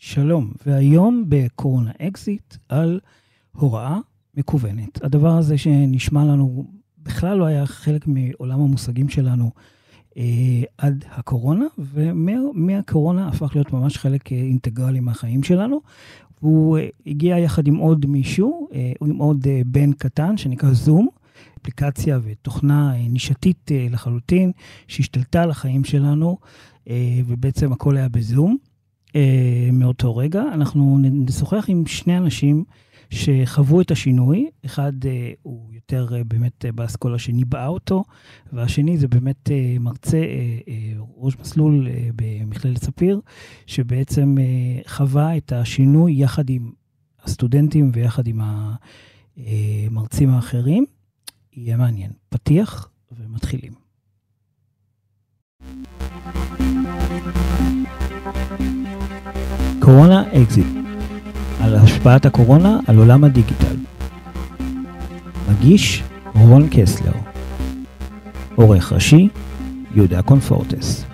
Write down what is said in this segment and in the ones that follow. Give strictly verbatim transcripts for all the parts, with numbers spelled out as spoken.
שלום, והיום בקורונה אקזיט על הוראה מקוונת. הדבר הזה שנשמע לנו בכלל לא היה חלק מעולם המושגים שלנו אה, עד הקורונה, ומהקורונה הפך להיות ממש חלק אינטגרלי מהחיים שלנו. הוא אה, הגיע יחד עם עוד מישהו, אה, עם עוד אה, בן קטן שנקרא זום, אפליקציה ותוכנה אה, נישתית אה, לחלוטין, שהשתלטה על החיים שלנו, אה, ובעצם הכל היה בזום. מאותו רגע, אנחנו נשוחח עם שני אנשים שחוו את השינוי. אחד הוא יותר באמת באסכולה שניבאה אותו, והשני זה באמת מרצה ראש מסלול במכללת ספיר, שבעצם חווה את השינוי יחד עם הסטודנטים ויחד עם המרצים האחרים. יהיה מעניין. פתיח ומתחילים. קורונה אקזיט, על השפעת הקורונה על עולם הדיגיטל. מגיש רון קסלר, עורך ראשי יהודה קונפורטס.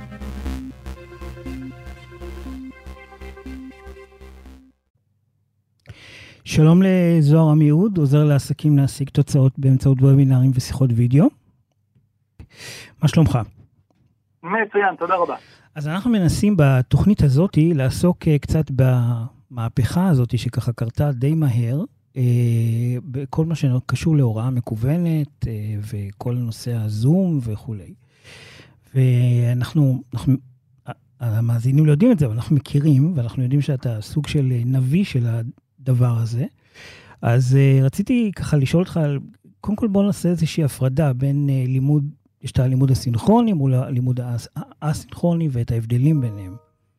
שלום לזוהר עמיהוד, עוזר לעסקים להשיג תוצאות באמצעות וובינרים ושיחות וידאו. מה שלומך? מצוין, תודה רבה. אז אנחנו מנסים בתוכנית הזאת לעסוק קצת במהפכה הזאת שככה קרתה די מהר, בכל מה שקשור להוראה מקוונת וכל נושא הזום וכו'. ואנחנו, אנחנו, המאזינים לא יודעים את זה, אבל אנחנו מכירים, ואנחנו יודעים שאתה סוג של נביא של הדבר הזה. אז רציתי ככה לשאול אותך, קודם כל בוא נעשה איזושהי הפרדה בין לימוד, יש את הלימוד הסינכרוני מול הלימוד האסינכרוני ואת ההבדלים ביניהם.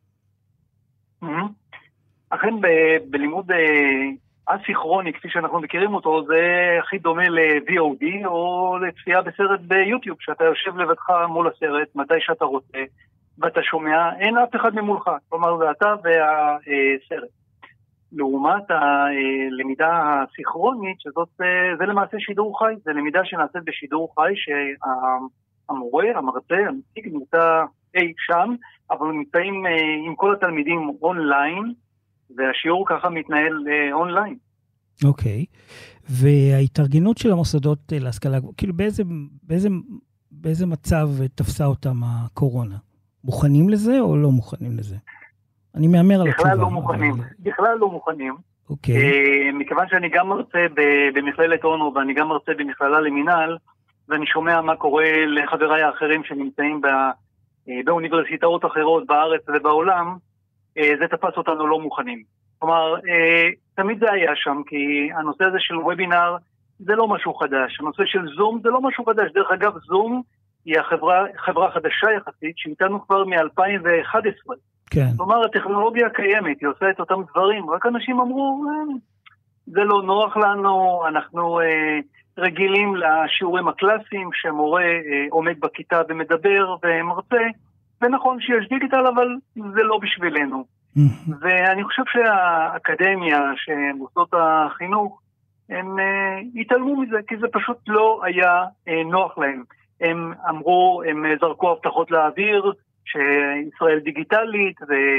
אכן בלימוד אסינכרוני, כפי שאנחנו מכירים אותו, זה הכי דומה ל-וי או די או לצפייה בסרט ביוטיוב, שאתה יושב לבדך מול הסרט, מתי שאתה רוצה, ואתה שומע, אין אף אחד ממולך, כלומר זה אתה והסרט. לעומת הלמידה הסינכרונית, שזאת, זה למעשה שידור חי, זה למידה שנעשית בשידור חי, שהמורה, המרצה, המציג נמצא אי שם, אבל נמצאים עם כל התלמידים אונליין, והשיעור ככה מתנהל אונליין. אוקיי, וההתארגנות של המוסדות להשכלה, כאילו באיזה, באיזה, באיזה מצב תפסה אותם הקורונה? מוכנים לזה או לא מוכנים לזה? אני מאמר על התשובה. בכלל לא מוכנים, אבל... בכלל לא מוכנים. אוקיי. Uh, מכיוון שאני גם מרצה במכללת אונו, ואני גם מרצה במכללה למינהל, ואני שומע מה קורה לחבריי האחרים שנמצאים בא, uh, באוניברסיטאות אחרות בארץ ובעולם, uh, זה תפס אותנו לא מוכנים. כלומר, uh, תמיד זה היה שם, כי הנושא הזה של וובינר זה לא משהו חדש. הנושא של זום זה לא משהו חדש. דרך אגב, זום היא החברה, חברה חדשה יחסית, שאיתנו כבר מ-אלפיים ואחת עשרה. כן. כלומר, הטכנולוגיה קיימת, היא עושה את אותם דברים, רק אנשים אמרו, זה לא נוח לנו, אנחנו אה, רגילים לשיעורים הקלאסיים, שמורה אה, עומד בכיתה ומדבר ומרצה, ונכון שיש דיגיטל, אבל זה לא בשבילנו. Mm-hmm. ואני חושב שהאקדמיה, שמוסדות החינוך, הם אה, התעלמו מזה, כי זה פשוט לא היה אה, נוח להם. הם אמרו, הם זרקו הבטחות לאוויר, שישראל דיגיטלית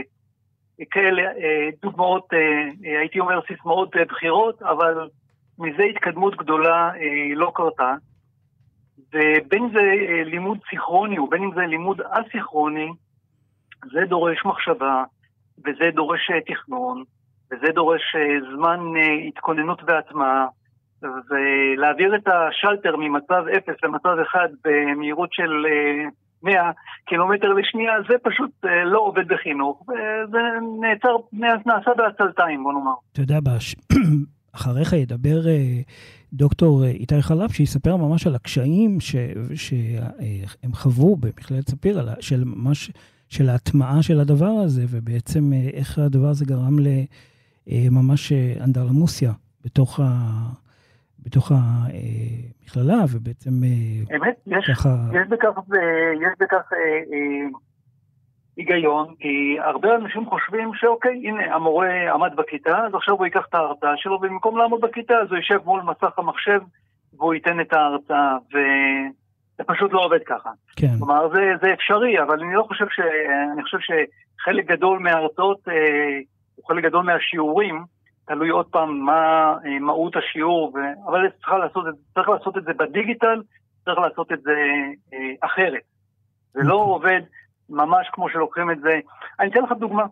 וכאלה דוגמאות, הייתי אומר סיסמאות בחירות, אבל מזה התקדמות גדולה לא קרתה. ובין זה לימוד סינכרוני ובין אם זה לימוד אסינכרוני, זה דורש מחשבה וזה דורש תכנון וזה דורש זמן התכוננות והטמעה, ולהעביר את השלטר ממצב אפס למצב אחד במהירות של מאה קילומטר לשנייה, זה פשוט לא עובד בחינוך, וזה נעצר, נעשה בעצלתיים, בוא נאמר. אתה יודע, אחריך ידבר דוקטור איתי חלב, שיספר ממש על הקשיים שהם חוו במכללת ספיר, של ממש, של ההטמעה של הדבר הזה, ובעצם איך הדבר הזה גרם לממש אנדרלמוסיה בתוך ה... בתוך המכללה, ובעצם... אמת, יש, ככה... יש בכך, יש בכך אה, אה, היגיון, כי הרבה אנשים חושבים שאוקיי, הנה, המורה עמד בכיתה, אז עכשיו הוא ייקח את ההרצאה שלו, ובמקום לעמוד בכיתה, אז הוא יישב מול מסך המחשב, והוא ייתן את ההרצאה, וזה פשוט לא עובד ככה. כן. כלומר, זה, זה אפשרי, אבל אני לא חושב ש... אני חושב שחלק גדול מההרצאות, אה, חלק גדול מהשיעורים, תלוי עוד פעם מה מהות השיעור, ו... אבל צריך לעשות, צריך לעשות את זה בדיגיטל, צריך לעשות את זה אה, אחרת. זה לא עובד ממש כמו שלוקחים את זה. אני אתן לך דוגמה.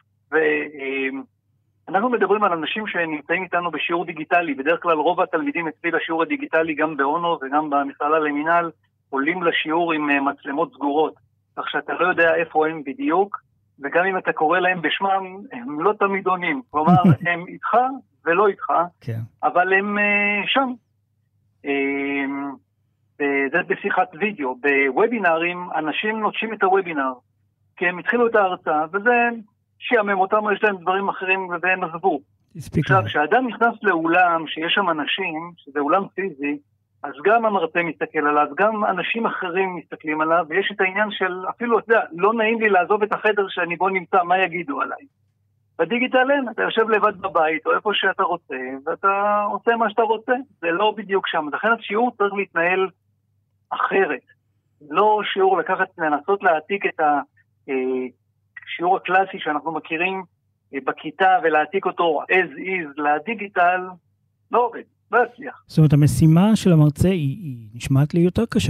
ואנחנו מדברים על אנשים שנמצאים איתנו בשיעור דיגיטלי. בדרך כלל רוב התלמידים אצלי לשיעור הדיגיטלי, גם באונו וגם במכללה למינהל, עולים לשיעור עם מצלמות סגורות. כך שאתה לא יודע איפה הם בדיוק, וגם אם אתה קורא להם בשמם, הם לא תמיד עונים. כלומר, הם איתך ולא איתך, כן. אבל הם uh, שם. Uh, זה בשיחת וידאו. בוובינרים, אנשים נוטשים את הוובינר, כי הם התחילו את ההרצאה, וזה שיאמם אותם, יש להם דברים אחרים, והם עזבו. עכשיו, כשאדם נכנס לאולם, שיש שם אנשים, שזה אולם פיזי, אז גם המרצה מסתכל עליו, גם אנשים אחרים מסתכלים עליו, ויש את העניין של, אפילו, אתה יודע, לא נעים לי לעזוב את החדר שאני בו נמצא, מה יגידו עליי? בדיגיטל אין, אתה יושב לבד בבית, או איפה שאתה רוצה, ואתה עושה מה שאתה רוצה, זה לא בדיוק שם. לכן השיעור צריך להתנהל אחרת. לא שיעור לקחת, לנסות להעתיק את השיעור הקלאסי שאנחנו מכירים בכיתה, ולהעתיק אותו as is לדיגיטל, לא עובד. לא יצליח. זאת אומרת, המשימה של המרצה היא, היא נשמעת לי יותר קשה.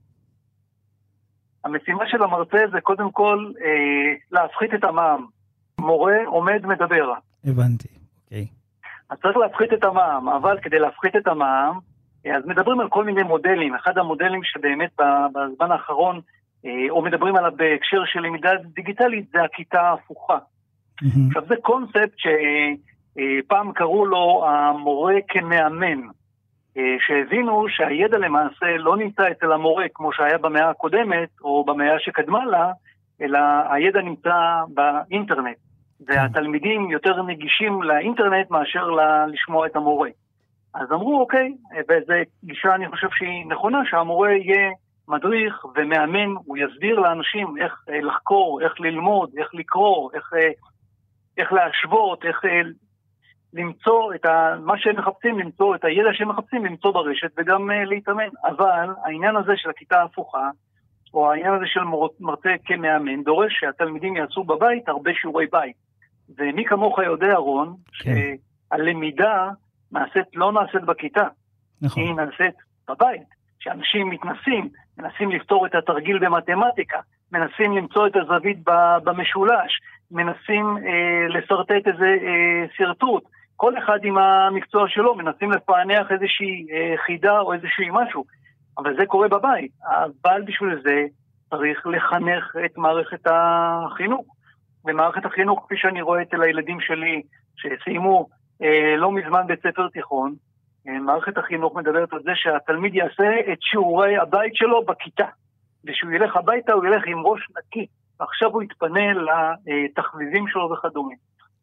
המשימה של המרצה זה קודם כל אה, להפחית את המע"מ. מורה עומד מדבר. הבנתי, אוקיי. אז צריך להפחית את המע"מ, אבל כדי להפחית את המע"מ, אה, אז מדברים על כל מיני מודלים. אחד המודלים שבאמת בזמן האחרון, אה, או מדברים עליו בהקשר של למידה דיגיטלית, זה הכיתה ההפוכה. Mm-hmm. עכשיו זה קונספט ש... פעם קראו לו המורה כמאמן, שהבינו שהידע למעשה לא נמצא אצל המורה כמו שהיה במאה הקודמת או במאה שקדמה לה, אלא הידע נמצא באינטרנט, והתלמידים יותר נגישים לאינטרנט מאשר לשמוע את המורה. אז אמרו אוקיי, וזו גישה אני חושב שהיא נכונה, שהמורה יהיה מדריך ומאמן, הוא יסביר לאנשים איך לחקור, איך ללמוד, איך לקרוא, איך, איך להשוות, איך למצוא את ה... מה שהם מחפשים, למצוא את הידע שהם מחפשים, למצוא ברשת וגם uh, להתאמן. אבל העניין הזה של הכיתה ההפוכה, או העניין הזה של מרצה כמאמן, דורש שהתלמידים יעשו בבית הרבה שיעורי בית. ומי כמוך יודע, רון, כן. שהלמידה נעשית, לא נעשית בכיתה. נכון. היא נעשית בבית. שאנשים מתנסים, מנסים לפתור את התרגיל במתמטיקה, מנסים למצוא את הזווית במשולש, מנסים אה, לסרטט איזה אה, סרטוט. כל אחד עם המקצוע שלו, מנסים לפענח איזושהי אה, חידה או איזושהי משהו. אבל זה קורה בבית. אבל בשביל זה צריך לחנך את מערכת החינוך. במערכת החינוך, כפי שאני רואה אצל הילדים שלי, שסיימו אה, לא מזמן בית ספר תיכון, אה, מערכת החינוך מדברת על זה שהתלמיד יעשה את שיעורי הבית שלו בכיתה. ושהוא ילך הביתה, הוא ילך עם ראש נקי. עכשיו הוא יתפנה לתחביבים שלו וכדומה.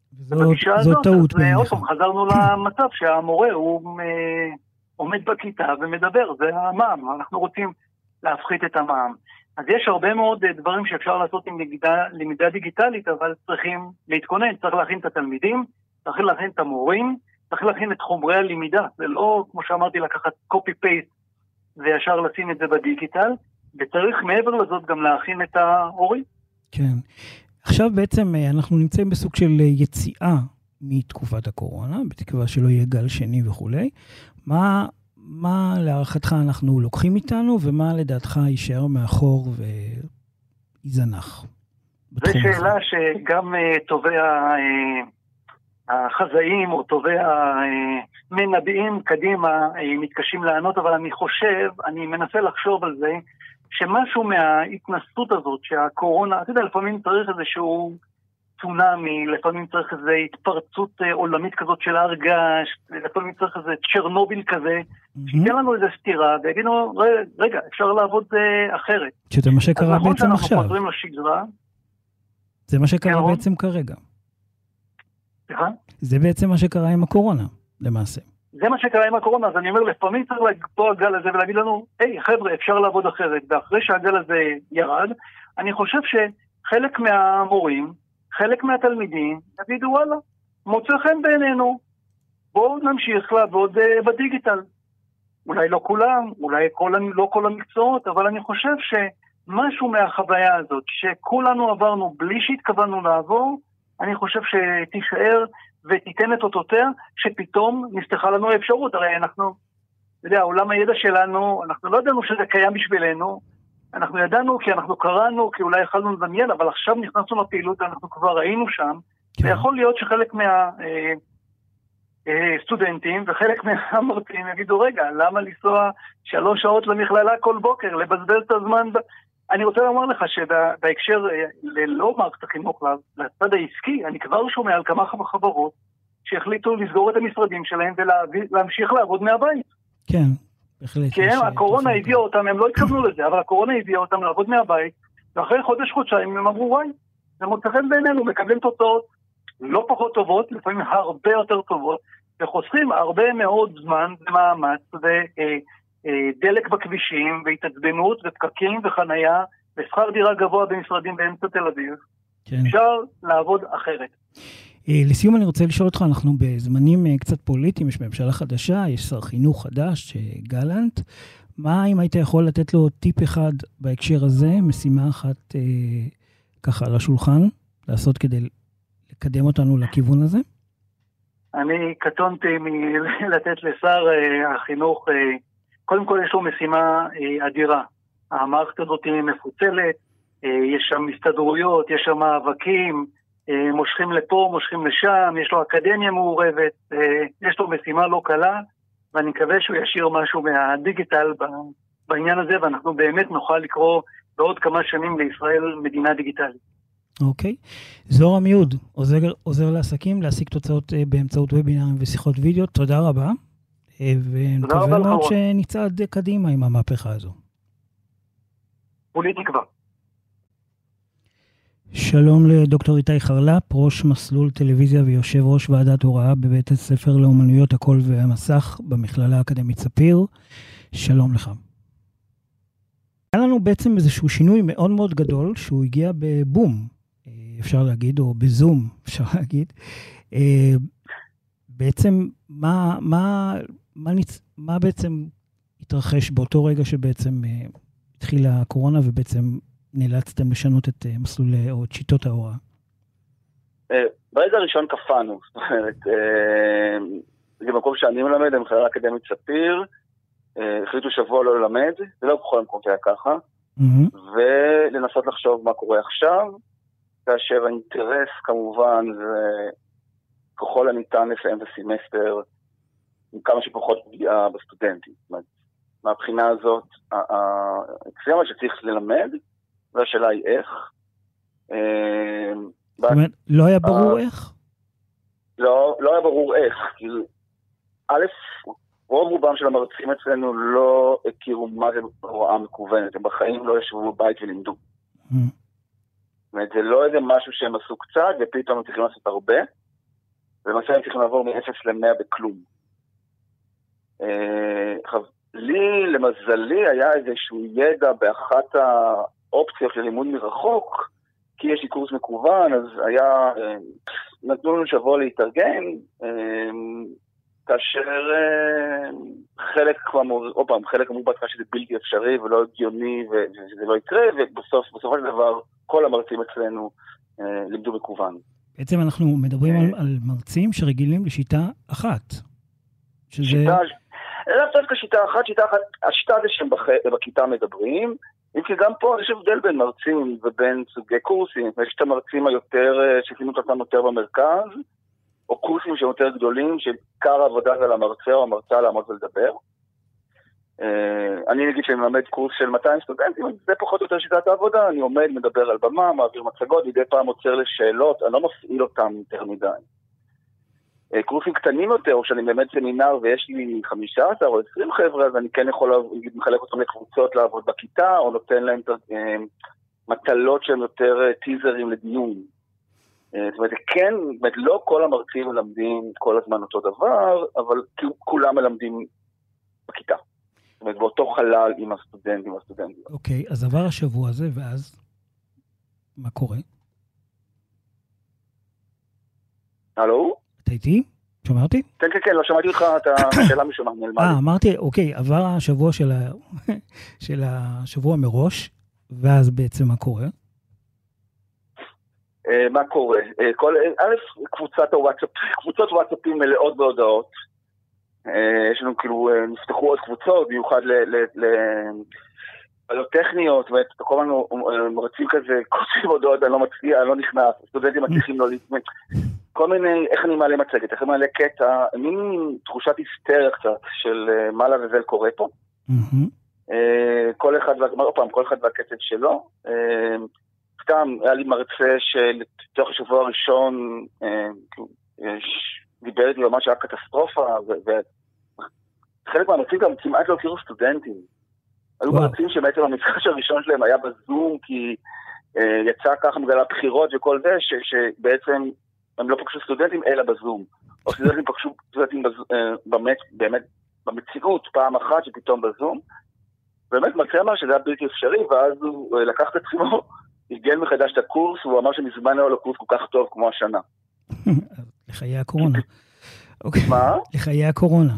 זו טעות בעיניך. חזרנו למצב שהמורה הוא עומד בכיתה ומדבר, זה המע"מ, אנחנו רוצים להפחית את המע"מ. אז יש הרבה מאוד דברים שאפשר לעשות עם למידה, למידה דיגיטלית, אבל צריכים להתכונן, צריך להכין את התלמידים, צריך להכין את המורים, צריך להכין את חומרי הלמידה, זה לא, כמו שאמרתי, לקחת copy-paste וישר לשים את זה בדיגיטל, וצריך מעבר לזאת גם להכין את ההורים. כן. עכשיו בעצם אנחנו נמצאים בסוג של יציאה מתקופת הקורונה, בתקווה שלא יהיה גל שני וכו'. מה, מה להערכתך אנחנו לוקחים איתנו, ומה לדעתך יישאר מאחור ויזנח? זו שאלה שגם טובי החזאים או טובי המנבאים קדימה מתקשים לענות, אבל אני חושב, אני מנסה לחשוב על זה, שמשהו מההתנסות הזאת שהקורונה, אתה יודע, לפעמים צריך איזשהו צונאמי, לפעמים צריך איזו התפרצות עולמית כזאת של הרגש, לפעמים צריך איזה צ'רנוביל כזה, שייתן לנו איזו סתירה, ויגידו, רגע, אפשר לעבוד אחרת. שזה מה שקרה בעצם עכשיו. אז נכון שאנחנו חוזרים לשגרה. זה מה שקרה בעצם כרגע. סליחה? זה בעצם מה שקרה עם הקורונה, למעשה. זה מה שקרה עם הקורונה, אז אני אומר, לפעמים צריך לקטוע הגל הזה ולהגיד לנו, היי, חבר'ה, אפשר לעבוד אחרת, ואחרי שהגל הזה ירד, אני חושב שחלק מהמורים, חלק מהתלמידים, יגידו, וואלה, מוצא חן בעינינו, בואו נמשיך לעבוד בדיגיטל. אולי לא כולם, אולי כל, לא כל המקצועות, אבל אני חושב שמשהו מהחוויה הזאת, שכולנו עברנו בלי שהתכוונו לעבור, אני חושב שתישאר ותיתן את אותותיה, שפתאום נפתחה לנו האפשרות. הרי אנחנו, אתה יודע, עולם הידע שלנו, אנחנו לא ידענו שזה קיים בשבילנו, אנחנו ידענו כי אנחנו קראנו, כי אולי יכלנו לדמיין, אבל עכשיו נכנסנו לפעילות, אנחנו כבר ראינו שם, כן. ויכול להיות שחלק מהסטודנטים וחלק מהמרצים יגידו, רגע, למה לנסוע שלוש שעות למכללה כל בוקר, לבזבז את הזמן? ב... אני רוצה לומר לך שבהקשר ללא מערכת החינוך, לצד העסקי, אני כבר שומע על כמה חברות שהחליטו לסגור את המשרדים שלהם ולהמשיך לעבוד מהבית. כן, בהחלט. כן, הקורונה הביאה אותם, הם לא התכוונו לזה, אבל הקורונה הביאה אותם לעבוד מהבית, ואחרי חודש חודשיים הם אמרו, וואי, זה מוצא חן בעינינו, מקבלים תוצאות לא פחות טובות, לפעמים הרבה יותר טובות, וחוסכים הרבה מאוד זמן ומאמץ ודלק בכבישים, והתעצבנות ופקקים וחנייה, ושכר דירה גבוה במשרדים באמצע תל אביב. כן. אפשר לעבוד אחרת. לסיום אני רוצה לשאול אותך, אנחנו בזמנים קצת פוליטיים, יש ממשלה חדשה, יש שר חינוך חדש, גלנט. מה אם היית יכול לתת לו טיפ אחד בהקשר הזה, משימה אחת אה, ככה על השולחן, לעשות כדי לקדם אותנו לכיוון הזה? אני קטונתי מלתת לשר אה, החינוך, אה, קודם כל יש לו משימה אה, אדירה. המערכת הזאת היא מפוצלת, אה, יש שם הסתדרויות, יש שם מאבקים, מושכים לפה, מושכים לשם, יש לו אקדמיה מעורבת, יש לו משימה לא קלה, ואני מקווה שהוא ישאיר משהו מהדיגיטל בעניין הזה, ואנחנו באמת נוכל לקרוא בעוד כמה שנים לישראל מדינה דיגיטלית. אוקיי. זוהר עמיהוד, עוזר, עוזר לעסקים להשיג תוצאות באמצעות וובינרים ושיחות וידאו. תודה רבה. ונקווה מאוד שנצעד קדימה עם המהפכה הזו. כולי תקווה. שלום לדוקטור איתי חרל"פ, ראש מסלול טלוויזיה ויושב ראש ועדת הוראה בבית הספר לאומנויות הקול והמסך במכללה האקדמית ספיר. שלום לך. היה לנו בעצם איזשהו שינוי מאוד מאוד גדול שהוא הגיע בבום, אפשר להגיד, או בזום, אפשר להגיד. בעצם מה, מה, מה, ניצ... מה בעצם התרחש באותו רגע שבעצם התחילה הקורונה ובעצם נאלצתם לשנות את מסלולי או את שיטות ההוראה? ברגע הראשון קפאנו, זאת אומרת, זה מקום שאני מלמד, במכללה האקדמית ספיר, החליטו שבוע לא ללמד, זה לא בכל המקום היה ככה, ולנסות לחשוב מה קורה עכשיו, כאשר האינטרס כמובן זה ככל הניתן לסיים את הסמסטר עם כמה שפחות פגיעה בסטודנטים. זאת אומרת, מהבחינה הזאת, האקסיומה שצריך ללמד, והשאלה היא איך. זאת אומרת, לא היה ברור איך? לא, לא היה ברור איך. א', רוב רובם של המרצים אצלנו לא הכירו מה זה הוראה מקוונת. הם בחיים לא ישבו בבית ולימדו. זאת אומרת, זה לא איזה משהו שהם עשו קצת, ופתאום הם צריכים לעשות הרבה, ולמעשה הם צריכים לעבור מ-אפס ל-מאה בכלום. לי, למזלי, היה איזשהו ידע באחת האופציות ללימוד מרחוק, כי יש לי קורס מקוון, אז היה, נתנו לנו שבוע להתארגן, כאשר חלק כבר, או פעם, חלק אמרו בהתחלה שזה בלתי אפשרי ולא הגיוני ושזה לא יקרה, ובסוף, בסופו של דבר, כל המרצים אצלנו לימדו מקוון. בעצם אנחנו מדברים על, על מרצים שרגילים לשיטה אחת. שזה... שיטה, לא דווקא שיטה אחת, שיטה אחת, השיטה זה שהם בח... בכיתה מדברים, אם כי גם פה יש הבדל בין מרצים ובין סוגי קורסים, יש את המרצים היותר, ששימו אותם יותר במרכז, או קורסים שהם יותר גדולים, שעיקר העבודה זה למרצה או המרצה לעמוד ולדבר. אני נגיד שאני מלמד קורס של מאתיים סטודנטים, זה פחות או יותר שיטת העבודה, אני עומד, מדבר על במה, מעביר מצגות, מדי פעם עוצר לשאלות, אני לא מפעיל אותם יותר מדי. קורסים קטנים יותר, או שאני מלמד סמינר ויש לי חמישה עשר או עשרים חבר'ה, אז אני כן יכול לחלק אותם לקבוצות לעבוד בכיתה, או נותן להם מטלות שהם יותר טיזרים לדיון. זאת אומרת, כן, לא כל המרצים מלמדים כל הזמן אותו דבר, אבל כולם מלמדים בכיתה. זאת אומרת, באותו חלל עם הסטודנטים והסטודנטים. אוקיי, אז עבר השבוע הזה, ואז מה קורה? הלו? אתה איתי? שומע אותי? כן, כן, כן, לא שמעתי אותך את השאלה משומע. אה, אמרתי, אוקיי, עבר השבוע של, ה... של השבוע מראש, ואז בעצם מה קורה? מה קורה? כל, א', קבוצת הוואטסאפ, קבוצות וואטסאפים מלאות בהודעות. יש לנו כאילו, נפתחו עוד קבוצות, במיוחד לבעיות טכניות, וכל הזמן מרצים כזה, כותבים הודעות, אני לא מצליח, אני לא נכנס, סטודנטים מצליחים לא להתמד. כל מיני, איך אני מעלה מצגת, איך אני מעלה קטע, מין תחושת היסטריה קצת של מה לעזאזל קורה פה. כל אחד, עוד פעם, כל אחד והקצב שלו. סתם, היה לי מרצה שלתוך השבוע הראשון דיבר איתי ממש היה קטסטרופה, וחלק מהמרצים גם כמעט לא הכירו סטודנטים. היו מרצים שבעצם המפגש הראשון שלהם היה בזום, כי יצא ככה בגלל הבחירות וכל זה, שבעצם הם לא פגשו סטודנטים אלא בזום. או סטודנטים פגשו סטודנטים באמת, באמת במציאות פעם אחת שפתאום בזום. באמת מרצה אמר שזה היה בלתי אפשרי, ואז הוא לקח את עצמו, הגן מחדש את הקורס, והוא אמר שמזמן לא לקורס כל כך טוב כמו השנה. לחיי הקורונה. מה? לחיי הקורונה.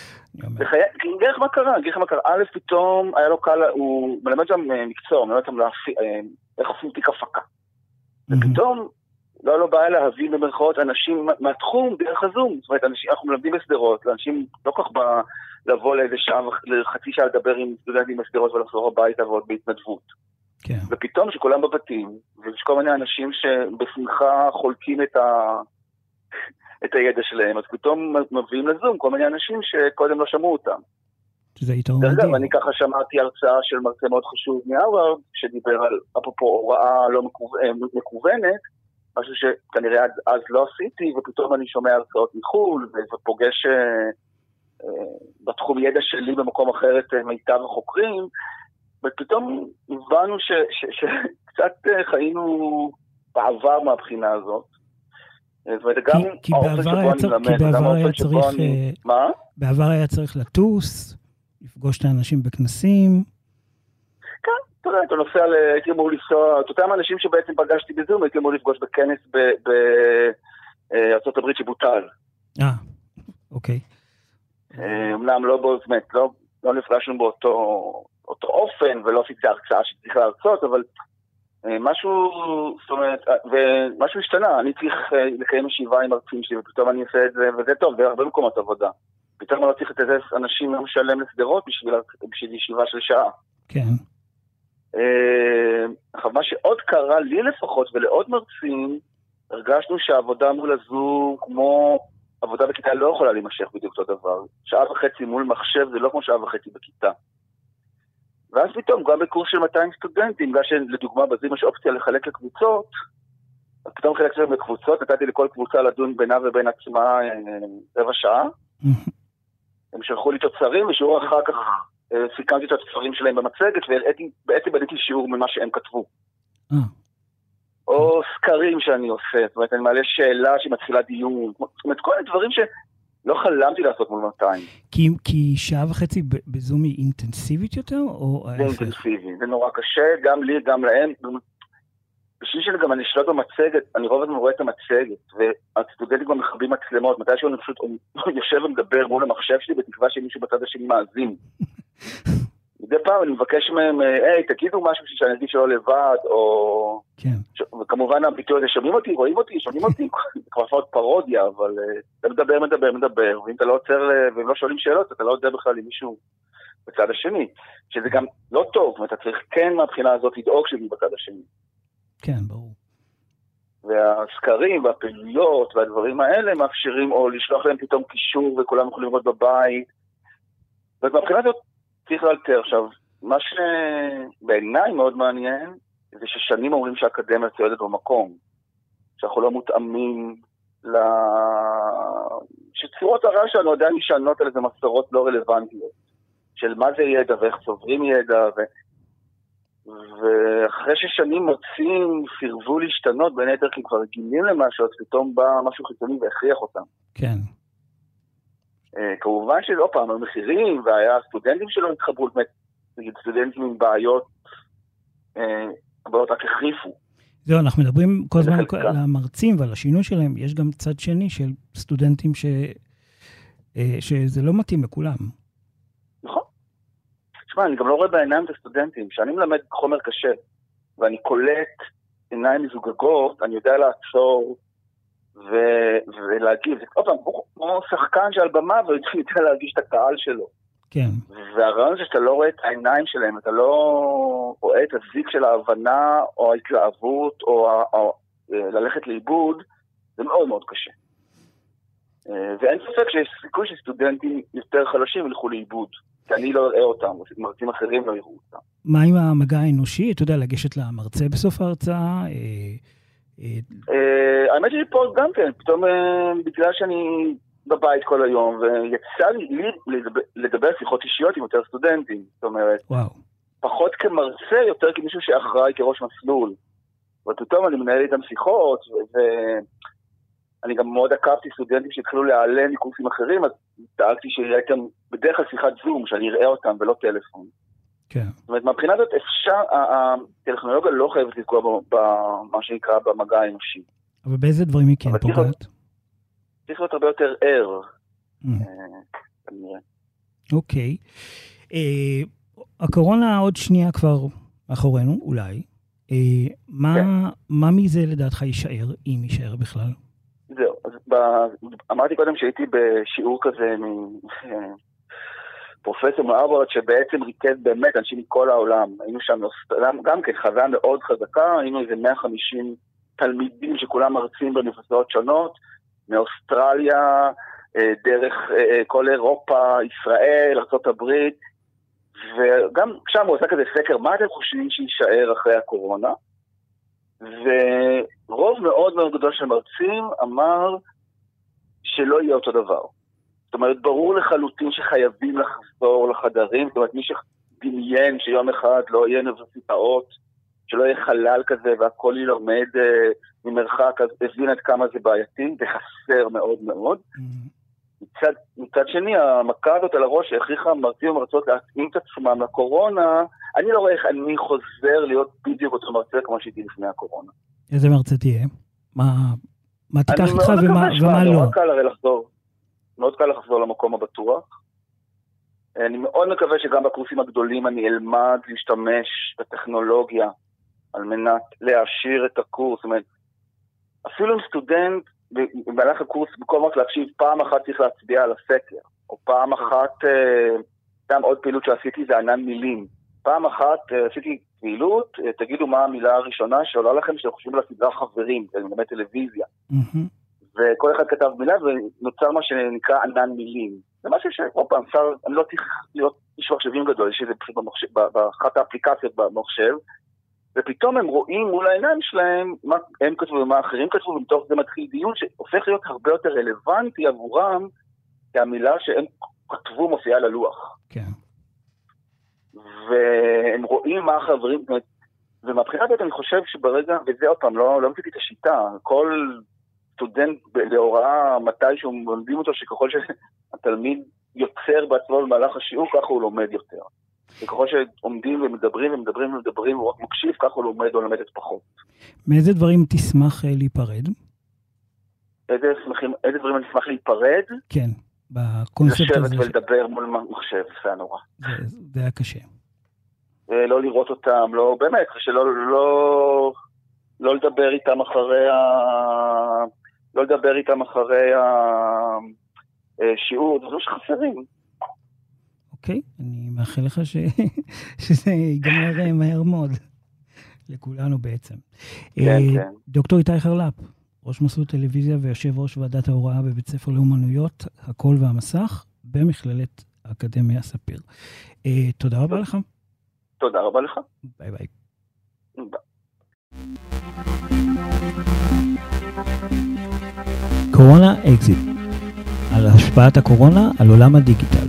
גיח מה קרה, גיח מה קרה. א', פתאום היה לו קל, הוא מלמד שם מקצוע, הוא מלמד שם איך עושים תיק הפקה. ופתאום לא לא בעיה להביא במרכאות אנשים מהתחום דרך הזום. זאת אומרת, אנחנו מלמדים בסדרות, לאנשים לא כך בא לבוא לאיזה שעה, לחצי שעה לדבר עם סטודנטים בסדרות ולחזור הביתה ועוד בהתנדבות. כן. ופתאום שכולם בבתים, ויש כל מיני אנשים שבשמחה חולקים את ה... את הידע שלהם, אז פתאום מביאים לזום כל מיני אנשים שקודם לא שמעו אותם. שזה יתרון מדהים. דרך אגב, אני ככה שמעתי הרצאה של מרצה מאוד חשוב מהרווארד, שדיבר על, אפרופו, הוראה לא מקוונת, משהו שכנראה אז לא עשיתי, ופתאום אני שומע הרצאות מחול, ופוגש בתחום ידע שלי במקום אחר את מיטב החוקרים, ופתאום הבנו שקצת חיינו בעבר מהבחינה הזאת. כי בעבר היה צריך, בעבר היה צריך לטוס, לפגוש את האנשים בכנסים. כן, אתה יודע, אתה נוסע, הייתי אמור לנסוע, את אותם אנשים שבעצם פגשתי בזום, הייתי אמור לפגוש בכנס בארצות הברית שבוטל. אה, אוקיי. אמנם לא בו, זאת אומרת, לא נפגשנו באותו אופן, ולא עשיתי הרצאה שצריך להרצות, אבל משהו, זאת אומרת, ומשהו השתנה, אני צריך לקיים ישיבה עם מרצים שלי, ופתאום אני עושה את זה, וזה טוב, זה הרבה מקומות עבודה. פתאום אני לא צריך לתת אנשים למשלם לסדרות בשביל, בשביל ישיבה של שעה. כן. עכשיו, מה שעוד קרה לי לפחות, ולעוד מרצים, הרגשנו שהעבודה מול הזום, כמו עבודה בכיתה, לא יכולה להימשך בדיוק אותו דבר. שעה וחצי מול מחשב, זה לא כמו שעה וחצי בכיתה. ואז פתאום, גם בקורס של מאתיים סטודנטים, בגלל שלדוגמה בזים יש אופציה לחלק לקבוצות, אז פתאום חלק שלהם לקבוצות, נתתי לכל קבוצה לדון בינה ובין עצמה רבע שעה. הם שלחו לי תוצרים, ושיעור אחר כך סיכמתי את התוצרים שלהם במצגת, ובעצם בניתי שיעור ממה שהם כתבו. או סקרים שאני עושה, זאת אומרת, אני מעלה שאלה שמתחילה דיון, זאת אומרת, כל מיני דברים ש... לא חלמתי לעשות מול מאתיים. כי, כי שעה וחצי בזום היא אינטנסיבית יותר? או זה אינטנסיבי, זה נורא קשה, גם לי, גם להם. בשביל שאני גם אני שלט במצגת, אני רוב הזמן רואה את המצגת, והסטודנטים גם מכבים מצלמות, מתי שהוא אני פשוט יושב ומדבר מול המחשב שלי, בתקווה שמישהו בצד השני מאזין. מדי פעם אני מבקש מהם, היי, תגידו משהו שאני אגיד שלא לבד, או... כן. וכמובן הביטוי הזה, שומעים אותי, רואים אותי, שומעים אותי, כבר פעוד פרודיה, אבל אתה מדבר, מדבר, מדבר, ואם אתה לא עוצר, והם לא שואלים שאלות, אתה לא יודע בכלל עם מישהו בצד השני, שזה גם לא טוב, אתה צריך כן מהבחינה הזאת לדאוג שלי בצד השני. כן, ברור. והסקרים והפעילויות והדברים האלה מאפשרים, או לשלוח להם פתאום קישור, וכולם יכולים לראות בבית, ומהבחינה הזאת, צריך לאלתר. עכשיו, מה שבעיניי מאוד מעניין, זה ששנים אומרים שהאקדמיה צועדת במקום, שאנחנו לא מותאמים, ל... שצורות הרע שלנו עדיין נשענות על איזה מסורות לא רלוונטיות, של מה זה ידע ואיך צוברים ידע, ו... ואחרי ששנים מוצאים, סירבו להשתנות, בין היתר כי כבר רגילים למשהו, אז פתאום בא משהו חיצוני והכריח אותם. כן. כמובן שלא פעם, המחירים, והיה סטודנטים שלא התחברו, נגיד סטודנטים עם בעיות, הבעיות רק החריפו. זהו, אנחנו מדברים כל הזמן על המרצים ועל השינוי שלהם, יש גם צד שני של סטודנטים שזה לא מתאים לכולם. נכון. תשמע, אני גם לא רואה בעיניים את הסטודנטים, שאני מלמד חומר קשה, ואני קולט עיניים מזוגגות, אני יודע לעצור ו- ולהגיב. זה עוד פעם, כמו שחקן שעל במה, והוא יודע להרגיש את הקהל שלו. כן. והרעיון זה שאתה לא רואה את העיניים שלהם, אתה לא רואה את הזיק של ההבנה, או ההתלהבות, או, או ללכת לאיבוד, זה מאוד מאוד קשה. ואין ספק שיש סיכוי שסטודנטים יותר חלשים ילכו לאיבוד, כי אני לא אראה אותם, מרצים אחרים לא יראו אותם. מה עם המגע האנושי? אתה יודע, לגשת למרצה בסוף ההרצאה? האמת שלי פה גם כן, פתאום בגלל שאני בבית כל היום, ויצא לי לדבר שיחות אישיות עם יותר סטודנטים, זאת אומרת, פחות כמרצה, יותר כמישהו שאחראי כראש מסלול. ופתאום אני מנהל איתם שיחות, ואני גם מאוד עקבתי סטודנטים שהתחילו להיעלם מקורסים אחרים, אז דאגתי שיהיה איתם בדרך כלל שיחת זום, שאני אראה אותם ולא טלפון. כן. זאת אומרת, מהבחינה הזאת אפשר, הטכנולוגיה לא חייבת לפגוע במה שנקרא במגע האנושי. אבל באיזה דברים היא כן פוגעת? צריך להיות הרבה יותר ער. אוקיי. הקורונה עוד שנייה כבר מאחורינו, אולי. מה מזה לדעתך יישאר, אם יישאר בכלל? זהו, אז אמרתי קודם שהייתי בשיעור כזה פרופסור מאברד, שבעצם ריכז באמת אנשים מכל העולם. היינו שם גם כן חוויה מאוד חזקה, היינו איזה מאה וחמישים תלמידים שכולם מרצים באוניברסיטאות שונות, מאוסטרליה, דרך כל אירופה, ישראל, ארצות הברית, וגם שם הוא עושה כזה סקר, מה אתם חושבים שישאר אחרי הקורונה? ורוב מאוד מאוד גדול של מרצים אמר שלא יהיה אותו דבר. זאת אומרת, ברור לחלוטין שחייבים לחזור לחדרים, זאת אומרת, מי שדמיין שיום אחד לא יהיה אוניברסיטאות, שלא יהיה חלל כזה והכל ילמד ממרחק, אז הבין עד כמה זה בעייתי, זה חסר מאוד מאוד. מצד, מצד שני, המכה הזאת על הראש שהכריחה מרצים ומרצות להתאים את עצמם לקורונה, אני לא רואה איך אני חוזר להיות בדיוק אותו מרצה כמו שהייתי לפני הקורונה. איזה מרצה תהיה? מה, מה תיקח איתך ומה, ומה לא? מאוד קל הרי לחזור. מאוד קל לחזור למקום הבטוח. אני מאוד מקווה שגם בקורסים הגדולים אני אלמד להשתמש בטכנולוגיה על מנת להעשיר את הקורס. זאת אומרת, אפילו סטודנט במהלך הקורס, במקום רק להקשיב, פעם אחת צריך להצביע על הסקר, או פעם אחת, גם עוד פעילות שעשיתי זה ענן מילים. פעם אחת עשיתי פעילות, תגידו מה המילה הראשונה שעולה לכם שאתם חושבים על הסדרה חברים, זה באמת טלוויזיה. וכל אחד כתב מילה ונוצר מה שנקרא ענן מילים. זה משהו שעוד פעם, אני לא צריך להיות איש מחשבים גדול, יש איזה פשוט באחת האפליקציות במחשב, ופתאום הם רואים מול העיניים שלהם מה הם כתבו ומה אחרים כתבו, ומתוך זה מתחיל דיון שהופך להיות הרבה יותר רלוונטי עבורם, כי המילה שהם כתבו מופיעה ללוח. כן. והם רואים מה החברים, ומבחינת זאת אני חושב שברגע, וזה עוד פעם, לא, לא מציתי את השיטה, כל סטודנט להוראה מתישהו מלמדים אותו שככל שהתלמיד יוצר בעצמו במהלך השיעור, ככה הוא לומד יותר. וככל שעומדים ומדברים ומדברים ומדברים, הוא רק מקשיב, ככה הוא לומד או לומדת פחות. מאיזה דברים תשמח להיפרד? איזה, שמחים, איזה דברים אני אשמח להיפרד? כן, בקונספט הזה. לשבת ולדבר מול מחשב, זה היה נורא. זה, זה היה קשה. ולא לראות אותם, לא, באמת, שלא, לא, לא לדבר איתם אחרי ה... לא לדבר איתם אחרי השיעור, זה לא שחסרים. אוקיי, אני מאחל לך ש... שזה ייגמר מהר מאוד, לכולנו בעצם. כן, כן. דוקטור איתי חרל"פ, ראש מסלול טלוויזיה ויושב ראש ועדת ההוראה בבית ספר לאומנויות, הקול והמסך, במכללת האקדמיה ספיר. תודה רבה לך. תודה רבה לך. ביי ביי. ביי. קורונה אקזיט, על השפעת הקורונה על עולם הדיגיטל.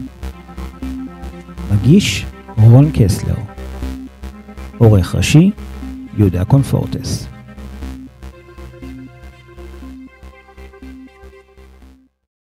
מגיש רון קסלר, עורך ראשי יהודה קונפורטס.